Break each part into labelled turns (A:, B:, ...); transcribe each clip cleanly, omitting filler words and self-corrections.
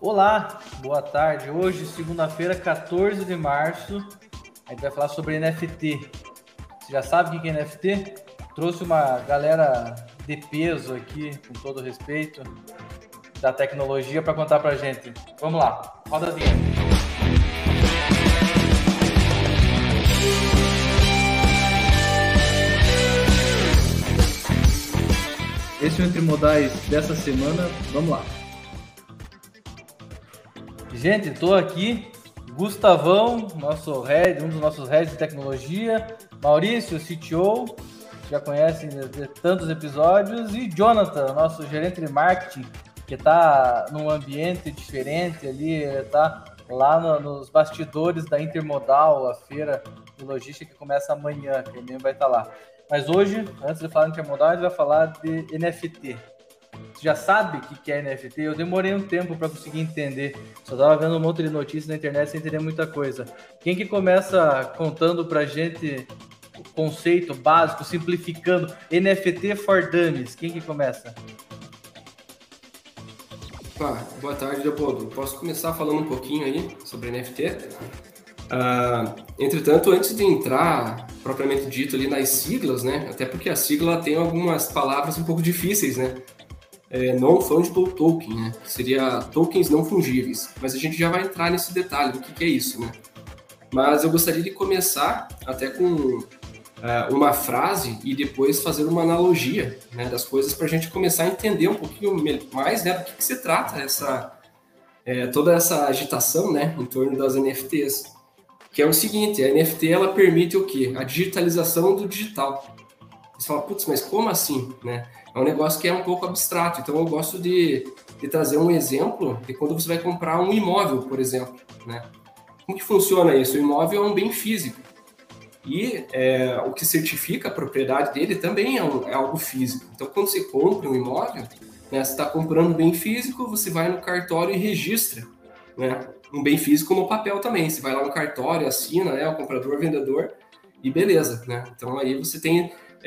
A: Olá, boa tarde. Hoje, segunda-feira, 14 de março, a gente vai falar sobre NFT. Você já sabe o que é NFT? Trouxe uma galera de peso aqui, com todo respeito, da tecnologia para contar pra gente. Vamos lá, roda a vinheta. Esse é o Entre Modais dessa semana. Vamos lá. Gente, estou aqui, Gustavão, nosso head, um dos nossos heads de tecnologia, Maurício, CTO, já conhecem de tantos episódios, e Jonathan, nosso gerente de marketing, que está num ambiente diferente ali, está lá nos bastidores da Intermodal, a feira de logística que começa amanhã, que ele vai estar lá. Mas hoje, antes de falar de Intermodal, a gente vai falar de NFT. Você já sabe o que é NFT? Eu demorei um tempo para conseguir entender. Só estava vendo um monte de notícias na internet sem entender muita coisa. Quem que começa contando para a gente o conceito básico, simplificando? NFT for Dummies. Quem que começa?
B: Boa tarde, Leopoldo. Posso começar falando um pouquinho aí sobre NFT? Entretanto, antes de entrar propriamente dito ali nas siglas, né? Até porque a sigla tem algumas palavras um pouco difíceis, né? Non-fungible token, né? Que seria tokens não fungíveis. Mas a gente já vai entrar nesse detalhe do que é isso, né? Mas eu gostaria de começar até com uma frase e depois fazer uma analogia, né, das coisas para a gente começar a entender um pouquinho mais, né, do que se trata toda essa agitação, né, em torno das NFTs. Que é o seguinte, a NFT ela permite o quê? A digitalização do digital. Você fala, putz, mas como assim, né? É um negócio que é um pouco abstrato, então eu gosto de trazer um exemplo de quando você vai comprar um imóvel, por exemplo, né? Como que funciona isso? O imóvel é um bem físico e o que certifica a propriedade dele também é algo físico. Então, quando você compra um imóvel, né, você está comprando um bem físico, você vai no cartório e registra, né, um bem físico no papel também. Você vai lá no cartório, assina, né, o comprador, vendedor e beleza, né? Então, aí você tem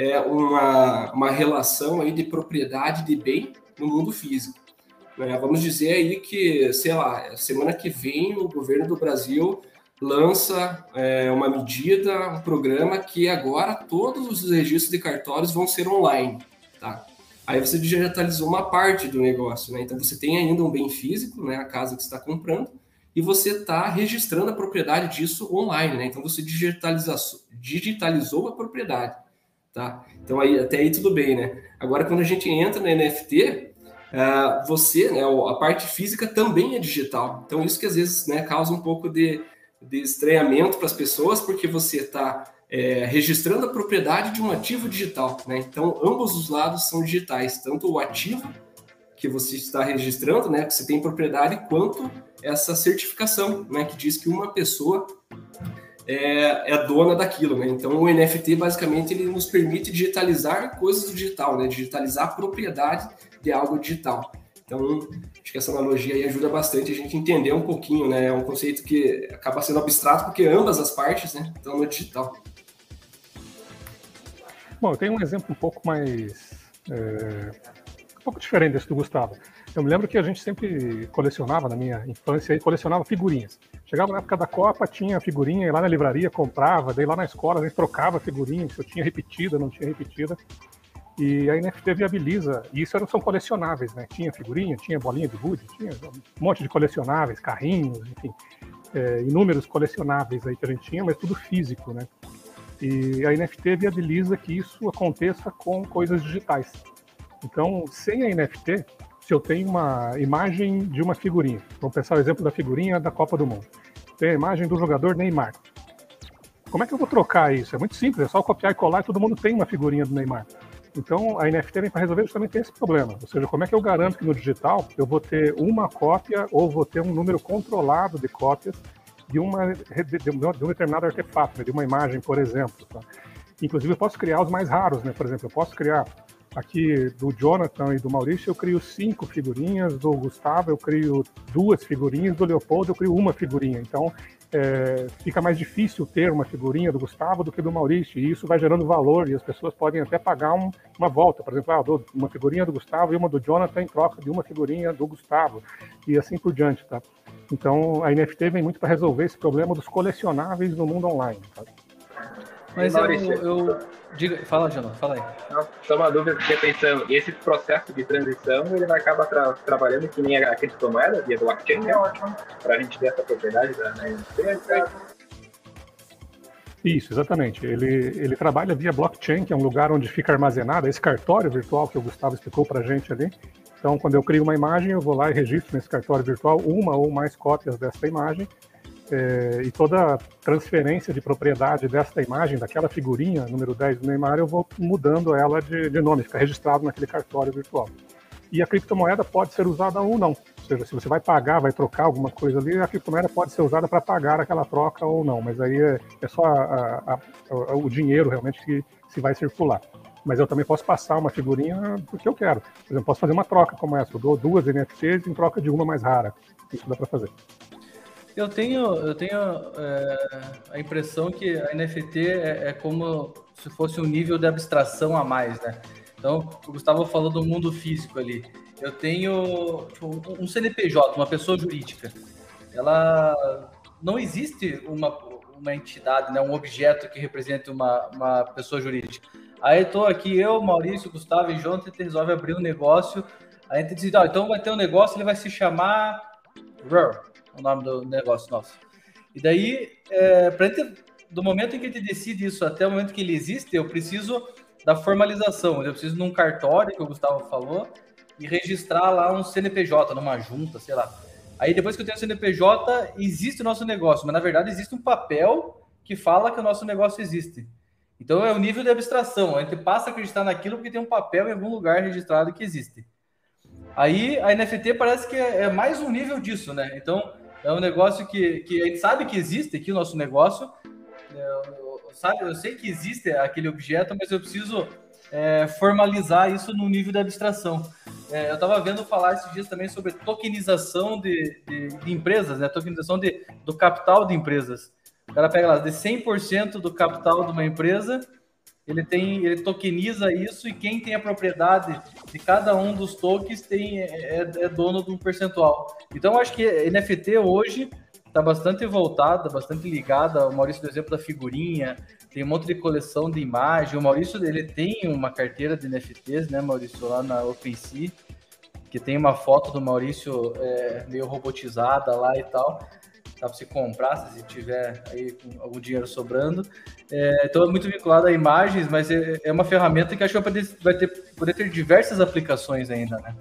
B: uma relação aí de propriedade de bem no mundo físico. Vamos dizer aí que, sei lá, semana que vem o governo do Brasil lança uma medida, um programa que agora todos os registros de cartórios vão ser online, tá? Aí você digitalizou uma parte do negócio, né? Então você tem ainda um bem físico, né, a casa que você está comprando, e você está registrando a propriedade disso online, né? Então você digitalizou a propriedade. Tá? Então, até aí tudo bem, né? Agora, quando a gente entra na NFT, você, né, a parte física também é digital. Então, isso que às vezes, né, causa um pouco de estranhamento para as pessoas, porque você está registrando a propriedade de um ativo digital, né? Então, ambos os lados são digitais, tanto o ativo que você está registrando, né, que você tem propriedade, quanto essa certificação, né, que diz que uma pessoa é dona daquilo, né? Então o NFT basicamente ele nos permite digitalizar coisas do digital, né? Digitalizar a propriedade de algo digital. Então acho que essa analogia aí ajuda bastante a gente entender um pouquinho, né? É um conceito que acaba sendo abstrato porque ambas as partes, né, estão no digital.
C: Bom, eu tenho um exemplo um pouco mais um pouco diferente desse do Gustavo. Eu me lembro que a gente sempre colecionava, na minha infância, colecionava figurinhas. Chegava na época da Copa, tinha figurinha, ia lá na livraria, comprava, daí lá na escola a gente trocava figurinha, se eu tinha repetida, não tinha repetida. E a NFT viabiliza, e isso são colecionáveis, né? Tinha figurinha, tinha bolinha de gude, tinha um monte de colecionáveis, carrinhos, enfim, inúmeros colecionáveis aí que a gente tinha, mas tudo físico, né? E a NFT viabiliza que isso aconteça com coisas digitais. Então, sem a NFT, se eu tenho uma imagem de uma figurinha, vamos pensar o exemplo da figurinha da Copa do Mundo, tem a imagem do jogador Neymar. Como é que eu vou trocar isso? É muito simples, é só copiar e colar e todo mundo tem uma figurinha do Neymar. Então, a NFT vem para resolver justamente esse problema. Ou seja, como é que eu garanto que no digital eu vou ter uma cópia ou vou ter um número controlado de cópias de um determinado artefato, né, de uma imagem, por exemplo. Tá? Inclusive, eu posso criar os mais raros, né? Por exemplo, eu posso criar Aqui do Jonathan e do Maurício eu crio 5 figurinhas, do Gustavo eu crio 2 figurinhas, do Leopoldo eu crio 1 figurinha. Então fica mais difícil ter uma figurinha do Gustavo do que do Maurício, e isso vai gerando valor, e as pessoas podem até pagar uma volta. Por exemplo, eu dou uma figurinha do Gustavo e uma do Jonathan em troca de uma figurinha do Gustavo, e assim por diante, tá? Então a NFT vem muito para resolver esse problema dos colecionáveis no mundo online, tá?
A: Mas diga, fala, Jonathan, fala aí.
D: Não, só uma dúvida, porque pensando, esse processo de transição, ele vai acabar trabalhando que nem a criptomoeda, via blockchain, é ótimo, para a gente ter essa propriedade da NFT.
C: Isso, exatamente. Ele trabalha via blockchain, que é um lugar onde fica armazenado esse cartório virtual que o Gustavo explicou para a gente ali. Então, quando eu crio uma imagem, eu vou lá e registro nesse cartório virtual uma ou mais cópias dessa imagem. E toda transferência de propriedade desta imagem, daquela figurinha, número 10 do Neymar, eu vou mudando ela de nome, fica registrado naquele cartório virtual. E a criptomoeda pode ser usada ou não. Ou seja, se você vai pagar, vai trocar alguma coisa ali, a criptomoeda pode ser usada para pagar aquela troca ou não. Mas aí é só o dinheiro realmente que se vai circular. Mas eu também posso passar uma figurinha porque eu quero. Por exemplo, posso fazer uma troca como essa. Eu dou 2 NFTs em troca de uma mais rara. Isso dá para fazer.
A: Eu tenho a impressão que a NFT é como se fosse um nível de abstração a mais, né? Então, o Gustavo falou do mundo físico ali. Eu tenho um CNPJ, uma pessoa jurídica. Ela não existe uma entidade, né, um objeto que represente uma pessoa jurídica. Aí estou aqui, eu, Maurício, Gustavo e Jonathan, a gente resolve abrir um negócio. Aí a gente diz, então vai ter um negócio, ele vai se chamar o nome do negócio nosso. E daí, do momento em que a gente decide isso até o momento que ele existe, eu preciso da formalização. Eu preciso de um cartório, que o Gustavo falou, e registrar lá um CNPJ, numa junta, sei lá. Aí depois que eu tenho o CNPJ, existe o nosso negócio, mas na verdade existe um papel que fala que o nosso negócio existe. Então é o nível de abstração. A gente passa a acreditar naquilo porque tem um papel em algum lugar registrado que existe. Aí a NFT parece que é mais um nível disso, né? Então é um negócio que a gente sabe que existe aqui o nosso negócio. Eu sei que existe aquele objeto, mas eu preciso formalizar isso no nível de abstração. Eu estava vendo falar esses dias também sobre tokenização de empresas, né? Tokenização do capital de empresas. O cara pega lá, de 100% do capital de uma empresa, ele tokeniza isso, e quem tem a propriedade de cada um dos tokens é dono de um percentual. Então, eu acho que a NFT hoje está bastante voltada, bastante ligada. O Maurício deu exemplo da figurinha, tem um monte de coleção de imagem. O Maurício, ele tem uma carteira de NFTs, né, Maurício, lá na OpenSea, que tem uma foto do Maurício meio robotizada lá e tal. Dá para você comprar, se tiver aí com algum dinheiro sobrando. Então é muito vinculado a imagens, mas é uma ferramenta que acho que vai poder ter diversas aplicações ainda, né?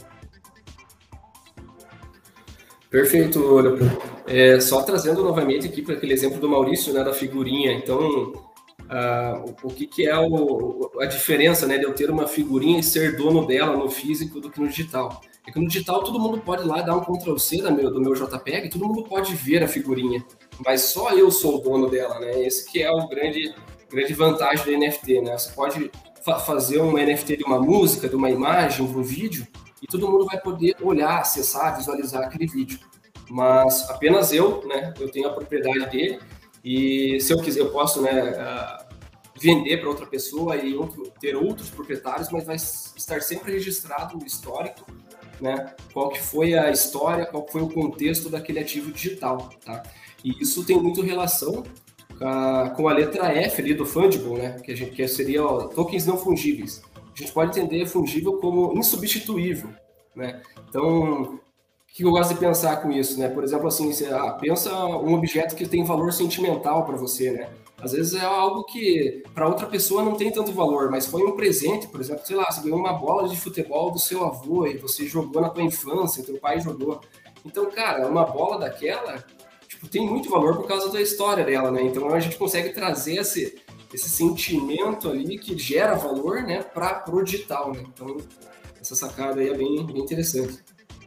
B: Perfeito, Leopoldo. Só trazendo novamente aqui para aquele exemplo do Maurício, né, da figurinha. Então, o que é a diferença, né, de eu ter uma figurinha e ser dono dela no físico do que no digital? É que no digital todo mundo pode ir lá dar um Ctrl+C do meu JPEG, todo mundo pode ver a figurinha, mas só eu sou o dono dela, né? Esse que é o grande vantagem do NFT, né? Você pode fazer um NFT de uma música, de uma imagem, de um vídeo, e todo mundo vai poder olhar, acessar, visualizar aquele vídeo. Mas apenas eu, né? Eu tenho a propriedade dele, e se eu quiser, eu posso, né, vender para outra pessoa e ter outros proprietários, mas vai estar sempre registrado o histórico, né? Qual que foi a história, qual que foi o contexto daquele ativo digital, tá? E isso tem muito relação com a letra F ali do fungible, né? Que seria tokens não fungíveis. A gente pode entender fungível como insubstituível, né? Então, o que eu gosto de pensar com isso, né? Por exemplo, assim, pensa um objeto que tem valor sentimental para você, né? Às vezes é algo que para outra pessoa não tem tanto valor, mas foi um presente, por exemplo, sei lá, você ganhou uma bola de futebol do seu avô e você jogou na tua infância, teu pai jogou. Então, cara, uma bola daquela, tipo, tem muito valor por causa da história dela, né? Então a gente consegue trazer esse sentimento ali que gera valor, né, para o digital, né? Então, essa sacada aí é bem interessante.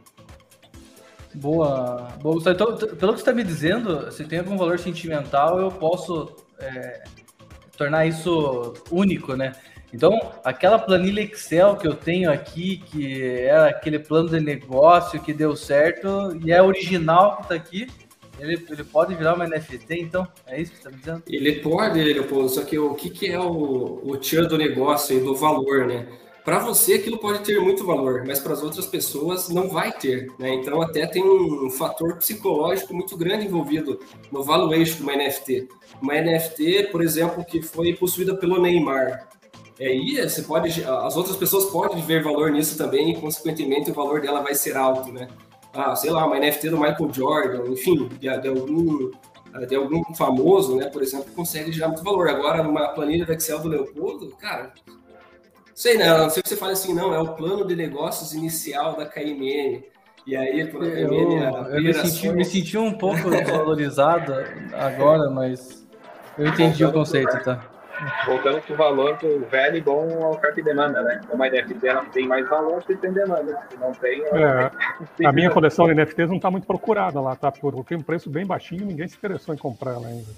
A: Boa. Então, pelo que você está me dizendo, se tem algum valor sentimental, eu posso tornar isso único, né? Então, aquela planilha Excel que eu tenho aqui, que era aquele plano de negócio que deu certo e é original que está aqui, ele pode virar uma NFT, então? É isso que você está me dizendo?
B: Ele pode, Leopoldo, só que o que é o tchan do negócio e do valor, né? Para você aquilo pode ter muito valor, mas para as outras pessoas não vai ter, né? Então até tem um fator psicológico muito grande envolvido no valuation de uma NFT. Uma NFT, por exemplo, que foi possuída pelo Neymar. E você pode, as outras pessoas podem ver valor nisso também e, consequentemente, o valor dela vai ser alto, né? Sei lá, uma NFT do Michael Jordan, enfim, de algum famoso, né, por exemplo, consegue gerar muito valor. Agora, numa planilha do Excel do Leopoldo, cara, sei, né? Não sei que você fala assim, não, é o plano de negócios inicial da KMN. E aí, quando a KMN...
A: Eu me senti um pouco desvalorizado agora, mas eu entendi o conceito, tá?
D: Voltando para o valor do velho e bom oferta e demanda, né? Como a NFT ela tem mais valor, se tem demanda. Se não tem...
C: A minha coleção de NFTs não está muito procurada lá, tá? Porque um preço bem baixinho, ninguém se interessou em comprar ela ainda.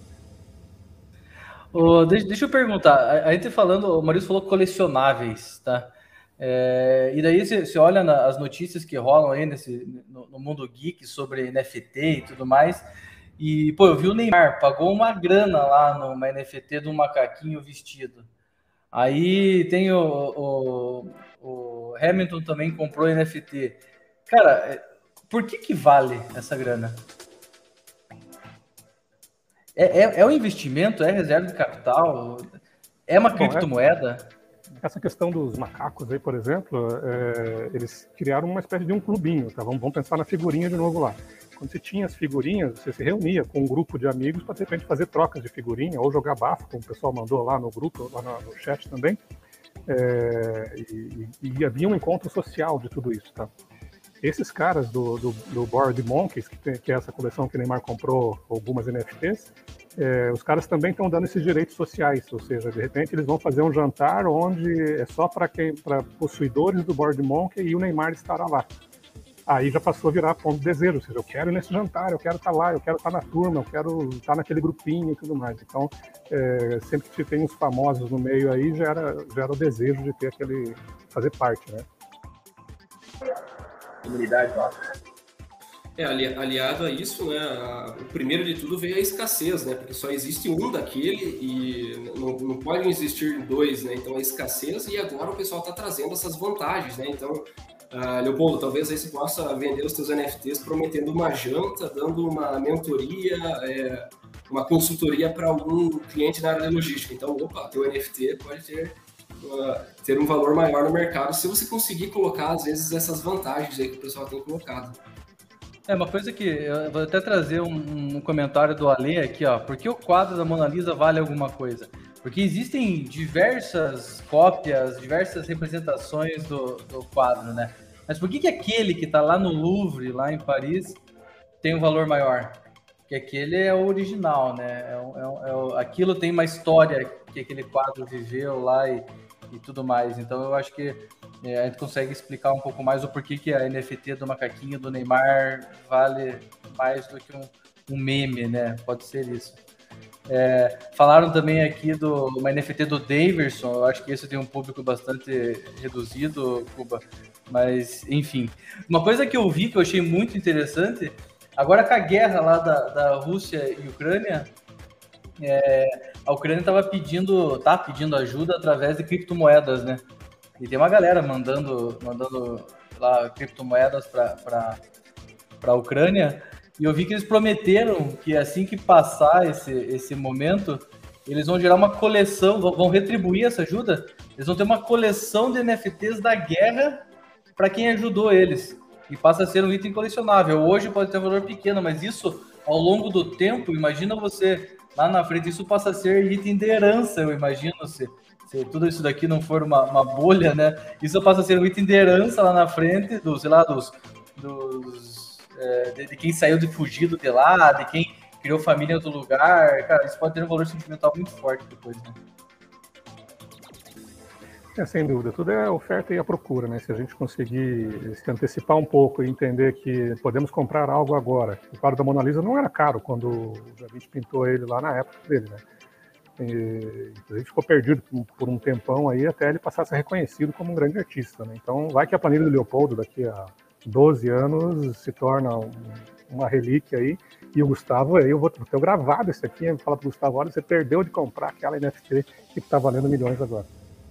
A: Deixa eu perguntar, a gente falando, o Maurício falou colecionáveis, tá? E daí você olha as notícias que rolam aí no mundo geek sobre NFT e tudo mais, e, pô, eu vi o Neymar, pagou uma grana lá numa NFT de um macaquinho vestido. Aí tem o Hamilton também comprou NFT. Cara, por que vale essa grana? É um investimento? É reserva de capital? É uma criptomoeda?
C: Essa questão dos macacos aí, por exemplo, eles criaram uma espécie de um clubinho, tá? Vamos pensar na figurinha de novo lá. Quando você tinha as figurinhas, você se reunia com um grupo de amigos para, de repente, fazer trocas de figurinha ou jogar bafo, como o pessoal mandou lá no grupo, lá no chat também. E havia um encontro social de tudo isso, tá? Esses caras do Bored Monkeys, que é essa coleção que o Neymar comprou, algumas NFTs, os caras também estão dando esses direitos sociais, ou seja, de repente eles vão fazer um jantar onde é só para possuidores do Bored Monkey e o Neymar estará lá. Aí já passou a virar ponto de desejo, ou seja, eu quero ir nesse jantar, eu quero estar lá, eu quero estar na turma, eu quero estar naquele grupinho e tudo mais. Então, sempre que tem uns famosos no meio aí, já era o desejo de ter fazer parte, né?
D: Comunidade, ó.
B: Aliado a isso, né, o primeiro de tudo veio a escassez, né, porque só existe um daquele e não podem existir dois, né, então a escassez, e agora o pessoal está trazendo essas vantagens, né, então, Leopoldo, talvez aí você possa vender os seus NFTs prometendo uma janta, dando uma mentoria, uma consultoria para algum cliente na área de logística, então, teu NFT pode ter um valor maior no mercado se você conseguir colocar, às vezes, essas vantagens aí que o pessoal tem colocado.
A: Uma coisa que eu vou até trazer um comentário do Ale aqui, ó. Por que o quadro da Mona Lisa vale alguma coisa? Porque existem diversas cópias, diversas representações do quadro, né? Mas por que aquele que está lá no Louvre, lá em Paris, tem um valor maior? Porque aquele é o original, né? Aquilo tem uma história que aquele quadro viveu lá e tudo mais. Então eu acho que a gente consegue explicar um pouco mais o porquê que a NFT do macaquinho do Neymar vale mais do que um meme, né? Pode ser isso. Falaram também aqui uma NFT do Daverson, eu acho que esse tem um público bastante reduzido, Cuba, mas enfim. Uma coisa que eu vi que eu achei muito interessante, agora com a guerra lá da Rússia e Ucrânia, a Ucrânia tá pedindo ajuda através de criptomoedas, né? E tem uma galera mandando lá criptomoedas para a Ucrânia. E eu vi que eles prometeram que assim que passar esse momento, eles vão gerar uma coleção, vão retribuir essa ajuda. Eles vão ter uma coleção de NFTs da guerra para quem ajudou eles. E passa a ser um item colecionável. Hoje pode ter um valor pequeno, mas isso, ao longo do tempo, imagina você lá na frente, isso passa a ser item de herança, eu imagino, se tudo isso daqui não for uma bolha, né? Isso passa a ser um item de herança lá na frente, de quem saiu fugido de lá, de quem criou família em outro lugar. Cara, isso pode ter um valor sentimental muito forte depois, né?
C: Sem dúvida, tudo é a oferta e a procura, né? Se a gente conseguir se antecipar um pouco e entender que podemos comprar algo agora. O quadro da Mona Lisa não era caro quando o Da Vinci pintou ele lá na época dele, né? Inclusive ficou perdido por um tempão aí até ele passar a ser reconhecido como um grande artista, né? Então vai que a planilha do Leopoldo daqui a 12 anos se torna uma relíquia aí, e o Gustavo, aí eu vou ter gravado isso aqui, eu falar pro Gustavo, olha, você perdeu de comprar aquela NFT que tá valendo milhões agora.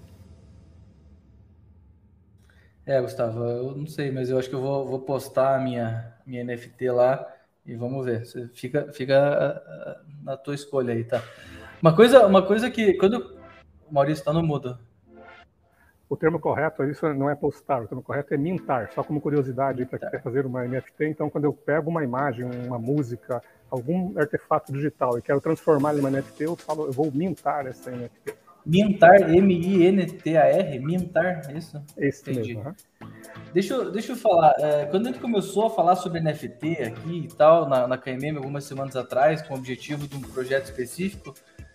A: Gustavo, eu não sei, mas eu acho que eu vou postar a minha NFT lá e vamos ver. Você fica na tua escolha aí, tá? Uma coisa que quando o Maurício tá no mudo.
C: O termo correto, isso não é postar, o termo correto é mintar, só como curiosidade para quem quer fazer uma NFT. Então, quando eu pego uma imagem, uma música, algum artefato digital e quero transformar ele em uma NFT, eu vou mintar essa NFT.
A: Mintar, M-I-N-T-A-R? Mintar, isso?
C: Esse mesmo. Uhum.
A: Deixa eu falar, quando a gente começou a falar sobre NFT aqui e tal, na KMM, algumas semanas atrás, com o objetivo de um projeto específico,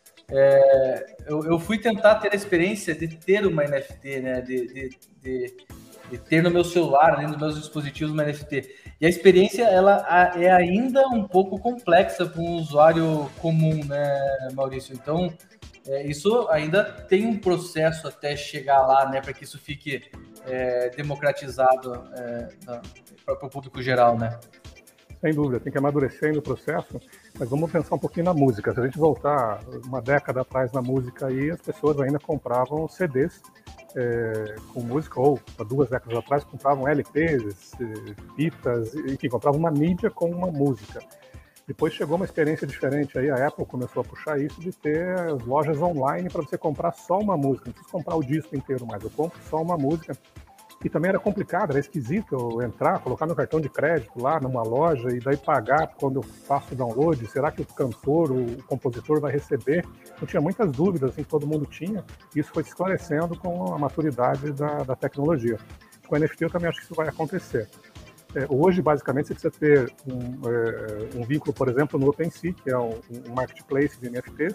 A: eu fui tentar ter a experiência de ter uma NFT, né? De ter no meu celular, né, nos meus dispositivos, uma NFT. E a experiência, ela é ainda um pouco complexa para um usuário comum, né, Maurício? Então, isso ainda tem um processo até chegar lá, né, para que isso fique democratizado para o público geral, né?
C: Sem dúvida, tem que amadurecer ainda o processo, mas vamos pensar um pouquinho na música. Se a gente voltar uma década atrás na música, aí as pessoas ainda compravam CDs com música, ou 2 décadas atrás compravam LPs, fitas, enfim, compravam uma mídia com uma música. Depois chegou uma experiência diferente, aí a Apple começou a puxar isso de ter as lojas online para você comprar só uma música, não precisa comprar o disco inteiro mais, eu compro só uma música. E também era complicado, era esquisito eu entrar, colocar meu cartão de crédito lá numa loja e daí pagar quando eu faço o download. Será que o cantor, o compositor vai receber? Eu tinha muitas dúvidas, assim, todo mundo tinha. E isso foi se esclarecendo com a maturidade da tecnologia. Com o NFT eu também acho que isso vai acontecer. Hoje, basicamente, você precisa ter um vínculo, por exemplo, no OpenSea, que é um marketplace de NFTs,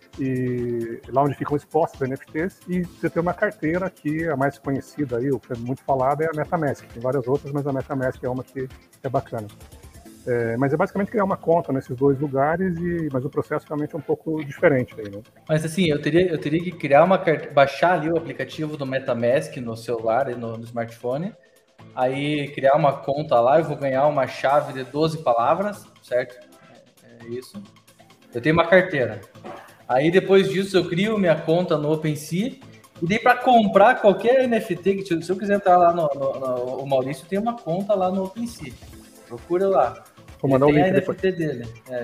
C: e lá onde ficam expostos os NFTs, e você tem uma carteira que a mais conhecida aí, o que é muito falado, é a MetaMask. Tem várias outras, mas a MetaMask é uma que é bacana. Mas é basicamente criar uma conta nesses 2 lugares, mas o processo realmente é um pouco diferente aí, né?
A: Mas assim, eu teria que criar baixar ali o aplicativo do MetaMask no celular e no smartphone, aí criar uma conta lá, eu vou ganhar uma chave de 12 palavras, certo? É isso. Eu tenho uma carteira. Aí depois disso eu crio minha conta no OpenSea e daí para comprar qualquer NFT, que se eu quiser entrar lá o Maurício tem uma conta lá no OpenSea. Procura lá.
C: Vou mandar o link
A: a NFT dele.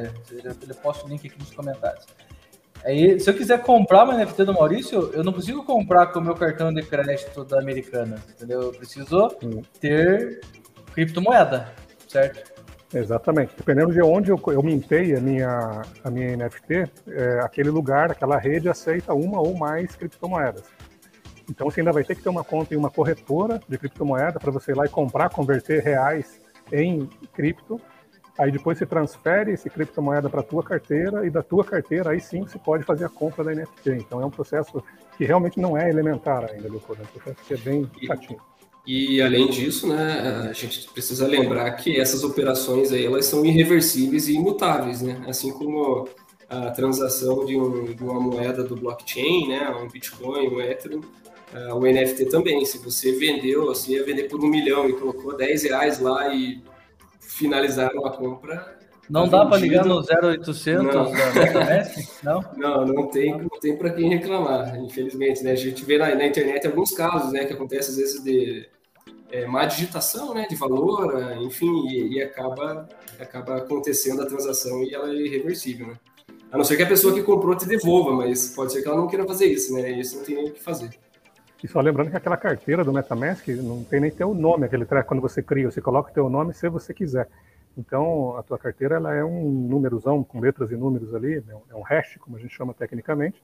A: Eu posto o link aqui nos comentários. Aí, se eu quiser comprar uma NFT do Maurício, eu não consigo comprar com o meu cartão de crédito da Americana, entendeu? Eu preciso ter criptomoeda, certo?
C: Exatamente. Dependendo de onde eu mintei a minha NFT, aquele lugar, aquela rede aceita uma ou mais criptomoedas. Então você ainda vai ter que ter uma conta em uma corretora de criptomoeda para você ir lá e comprar, converter reais em cripto. Aí depois você transfere esse criptomoeda para a tua carteira, e da tua carteira aí sim você pode fazer a compra da NFT. Então é um processo que realmente não é elementar ainda, Leopoldo. É um processo que é bem chatinho.
B: E além disso, né, a gente precisa lembrar que essas operações aí, elas são irreversíveis e imutáveis, né? Assim como a transação de uma moeda do blockchain, né, um Bitcoin, um Ethereum, o NFT também. Se você vendeu, você ia vender por 1 milhão e colocou R$10 lá e finalizaram a compra.
A: Não dá para ligar no 0800 da MetaMask?
B: Não tem para quem reclamar, infelizmente, né? A gente vê na internet alguns casos, né, que acontece às vezes de má digitação, né, de valor, enfim, e acaba acontecendo a transação e ela é irreversível, né? A não ser que a pessoa que comprou te devolva, mas pode ser que ela não queira fazer isso, né? Isso não tem nem o que fazer.
C: E só lembrando que aquela carteira do MetaMask não tem nem teu nome, aquele treco quando você cria, você coloca o teu nome se você quiser. Então, a tua carteira ela é um númerozão com letras e números ali, é um hash, como a gente chama tecnicamente,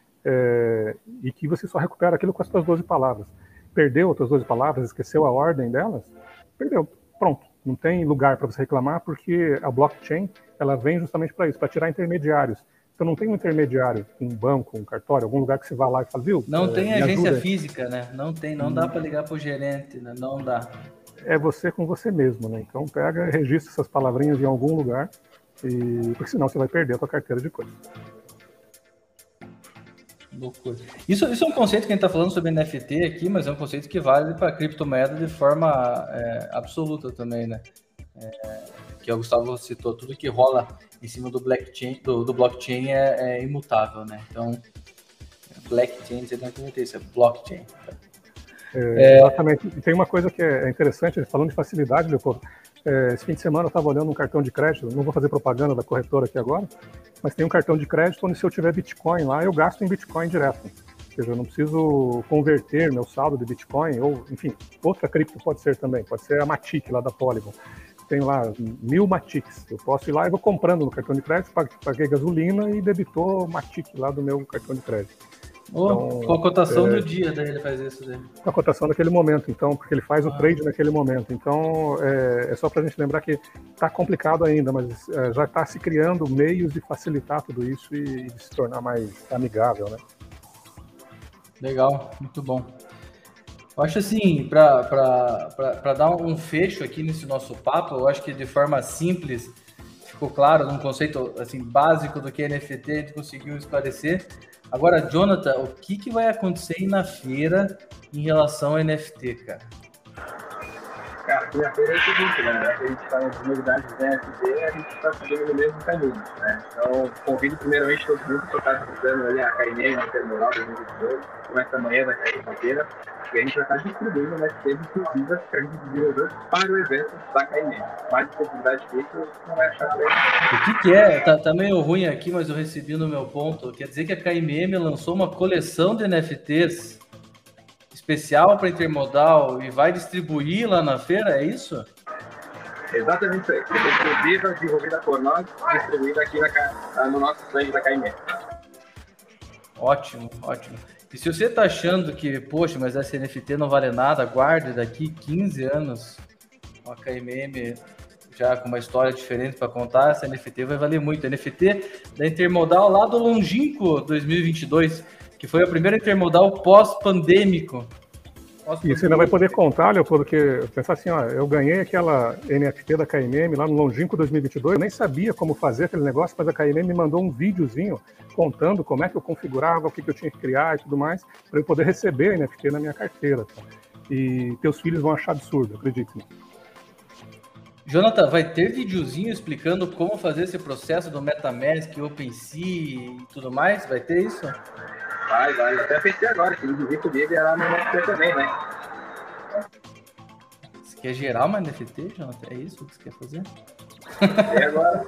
C: e que você só recupera aquilo com as tuas 12 palavras. Perdeu as tuas 12 palavras, esqueceu a ordem delas, perdeu, pronto. Não tem lugar para você reclamar, porque a blockchain ela vem justamente para isso, para tirar intermediários. Então não tem um intermediário, um banco, um cartório, algum lugar que você vá lá e fala, viu?
A: Não tem agência física, né? Não dá para ligar para o gerente, né? Não dá.
C: É você com você mesmo, né? Então pega, registra essas palavrinhas em algum lugar, porque senão você vai perder a tua carteira de coisas.
A: Loucura. Isso é um conceito que a gente está falando sobre NFT aqui, mas é um conceito que vale para criptomoeda de forma absoluta também, né? Que o Gustavo citou, tudo que rola em cima do blockchain é imutável, né? Então, blockchain, você não comentei isso, é blockchain.
C: Exatamente. E tem uma coisa que é interessante, falando de facilidade, Leopoldo. Esse fim de semana eu estava olhando um cartão de crédito, não vou fazer propaganda da corretora aqui agora, mas tem um cartão de crédito onde, se eu tiver Bitcoin lá, eu gasto em Bitcoin direto. Ou seja, eu não preciso converter meu saldo de Bitcoin, ou, enfim, outra cripto pode ser também, pode ser a Matic lá da Polygon. Tem lá 1000 Matics, eu posso ir lá e vou comprando no cartão de crédito, paguei gasolina e debitou Matic lá do meu cartão de crédito.
A: Então, com a cotação do dia, daí ele faz isso daí.
C: Com a cotação daquele momento, então, porque ele faz o trade naquele momento. Então, é só para a gente lembrar que está complicado ainda, mas já está se criando meios de facilitar tudo isso e de se tornar mais amigável, né?
A: Legal, muito bom. Eu acho assim, para dar um fecho aqui nesse nosso papo, eu acho que de forma simples, ficou claro, num conceito assim, básico do que é NFT, a gente conseguiu esclarecer. Agora, Jonathan, o que vai acontecer na feira em relação ao NFT, cara?
D: Cara, aqui na feira é o seguinte, né? A gente está nas novidades do NFT, a gente está seguindo no mesmo caminho, né? Então, convido primeiramente todo mundo que está visitando ali a KNM, a Termoral 2022, começa amanhã, vai cair na feira, e a gente vai estar distribuindo NFTs exclusivas que a gente desenvolveu para o evento da KNM. Mais possibilidade que isso não vai achar por aí.
A: O que é? Tá meio ruim aqui, mas eu recebi no meu ponto. Quer dizer que a KMM lançou uma coleção de NFTs especial para Intermodal e vai distribuir lá na feira, é isso?
D: Exatamente isso aí. Exclusiva, desenvolvida por nós, distribuída aqui no nosso stand da KMM.
A: Ótimo, ótimo. E se você tá achando que, poxa, mas essa NFT não vale nada, aguarde daqui 15 anos uma KMM já com uma história diferente para contar, essa NFT vai valer muito. A NFT da Intermodal lá do longínquo 2022, que foi a primeira Intermodal pós-pandêmico.
C: E você ainda vai poder contar, Leopoldo, porque pensar assim, ó, eu ganhei aquela NFT da KMM lá no longínquo 2022, eu nem sabia como fazer aquele negócio, mas a KMM me mandou um videozinho contando como é que eu configurava, o que eu tinha que criar e tudo mais, para eu poder receber a NFT na minha carteira. Tá? E teus filhos vão achar absurdo, acredite.
A: Jonathan, vai ter videozinho explicando como fazer esse processo do MetaMask, OpenSea e tudo mais? Vai ter isso?
D: Vai. Até pensei agora, que o vídeo comigo era no NFT também, né?
A: Você quer gerar uma NFT, Jonathan? É isso que você quer fazer?
D: E agora?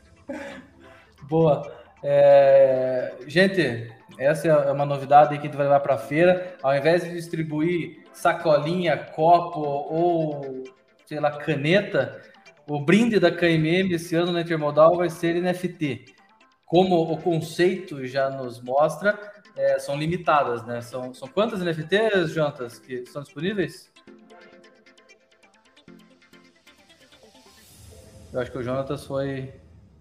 A: Boa. Gente, essa é uma novidade que a gente vai levar para a feira. Ao invés de distribuir sacolinha, copo ou, sei lá, caneta, o brinde da KMM esse ano na Intermodal vai ser NFT. Como o conceito já nos mostra, são limitadas, né? São quantas NFTs, Jonatas, que estão disponíveis? Eu acho que o Jonatas foi...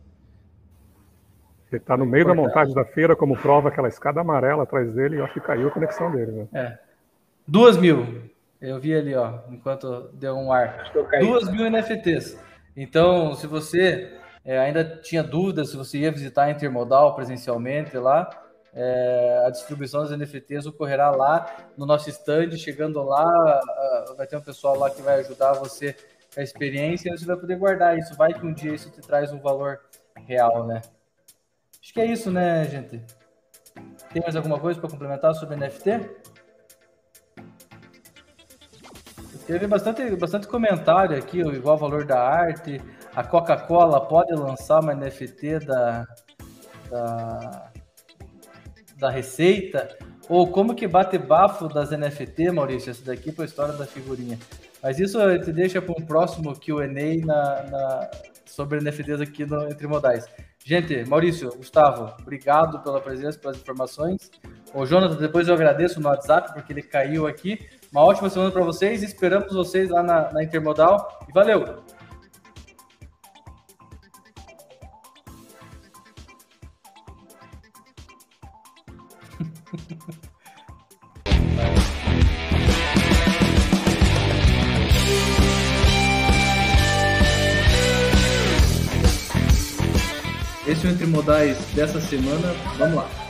C: Ele está no meio da montagem da feira, como prova aquela escada amarela atrás dele, e eu acho que caiu a conexão dele. Né?
A: 2.000. Eu vi ali, ó, enquanto deu um ar. 2.000 NFTs. Então, se você ainda tinha dúvidas se você ia visitar a Intermodal presencialmente lá, a distribuição das NFTs ocorrerá lá no nosso stand. Chegando lá, vai ter um pessoal lá que vai ajudar você com a experiência e você vai poder guardar isso. Vai que um dia isso te traz um valor real, né? Acho que é isso, né, gente? Tem mais alguma coisa para complementar sobre NFT? Teve bastante comentário aqui, o igual valor da arte. A Coca-Cola pode lançar uma NFT da receita? Ou como que bate bafo das NFT, Maurício? Essa daqui foi a história da figurinha. Mas isso a gente deixa para um próximo Q&A sobre NFTs aqui no Entre Modais. Gente, Maurício, Gustavo, obrigado pela presença, pelas informações. O Jonathan, depois eu agradeço no WhatsApp, porque ele caiu aqui. Uma ótima semana para vocês. Esperamos vocês lá na Intermodal. E valeu! Esse é o Entre Modais dessa semana. Vamos lá.